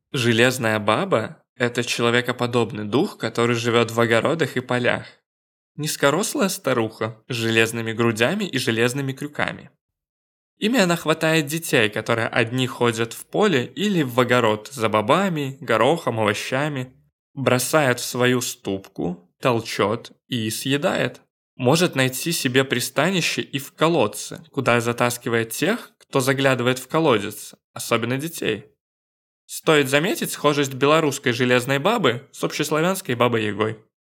Железная баба– это человекоподобный дух, который живет в огородах и полях. Низкорослая старуха с железными грудями и железными крюками. Ими она хватает детей, которые одни ходят в поле или в огород за бобами, горохом, овощами, бросает в свою ступку, толчет и съедает. Может найти себе пристанище и в колодце, куда затаскивает тех, кто заглядывает в колодец, особенно детей. Стоит заметить схожесть белорусской железной бабы с общеславянской бабой-ягой.